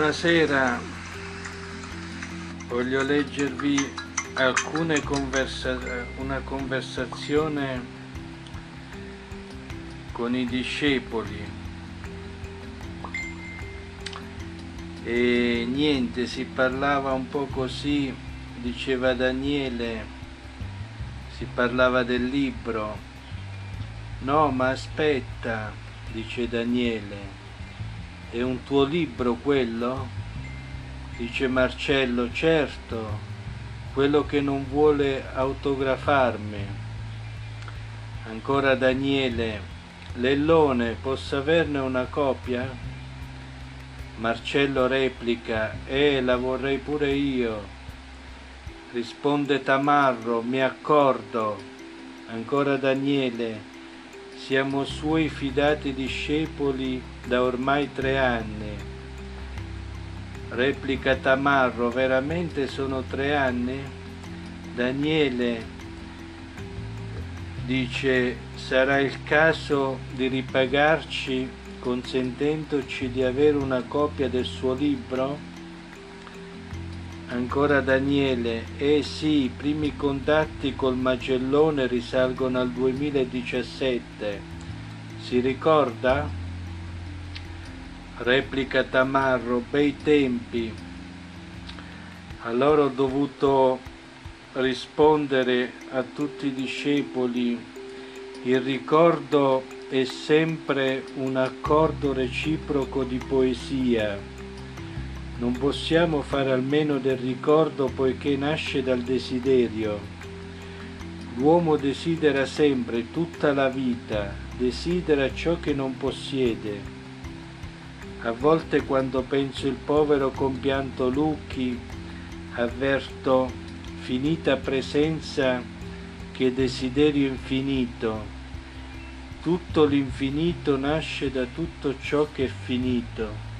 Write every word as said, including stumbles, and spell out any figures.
Buonasera, voglio leggervi alcune conversa una conversazione con i discepoli e niente, si parlava un po' così, diceva Daniele, si parlava del libro. No, ma aspetta, dice Daniele, è un tuo libro quello? Dice Marcello, certo, quello che non vuole autografarmi. Ancora Daniele, Lellone, posso averne una copia? Marcello replica, eh, la vorrei pure io. Risponde Tamarro, mi accordo. Ancora Daniele, siamo suoi fidati discepoli da ormai tre anni. Replica Tamarro, veramente sono tre anni? Daniele dice, sarà il caso di ripagarci consentendoci di avere una copia del suo libro? Ancora Daniele, eh sì, i primi contatti col Magellone risalgono al duemiladiciassette, si ricorda? Replica Tamarro, bei tempi. Allora ho dovuto rispondere a tutti i discepoli, il ricordo è sempre un accordo reciproco di poesia. Non possiamo fare almeno del ricordo poiché nasce dal desiderio. L'uomo desidera sempre, tutta la vita, desidera ciò che non possiede. A volte quando penso il povero compianto Lucchi, avverto finita presenza che desiderio infinito. Tutto l'infinito nasce da tutto ciò che è finito.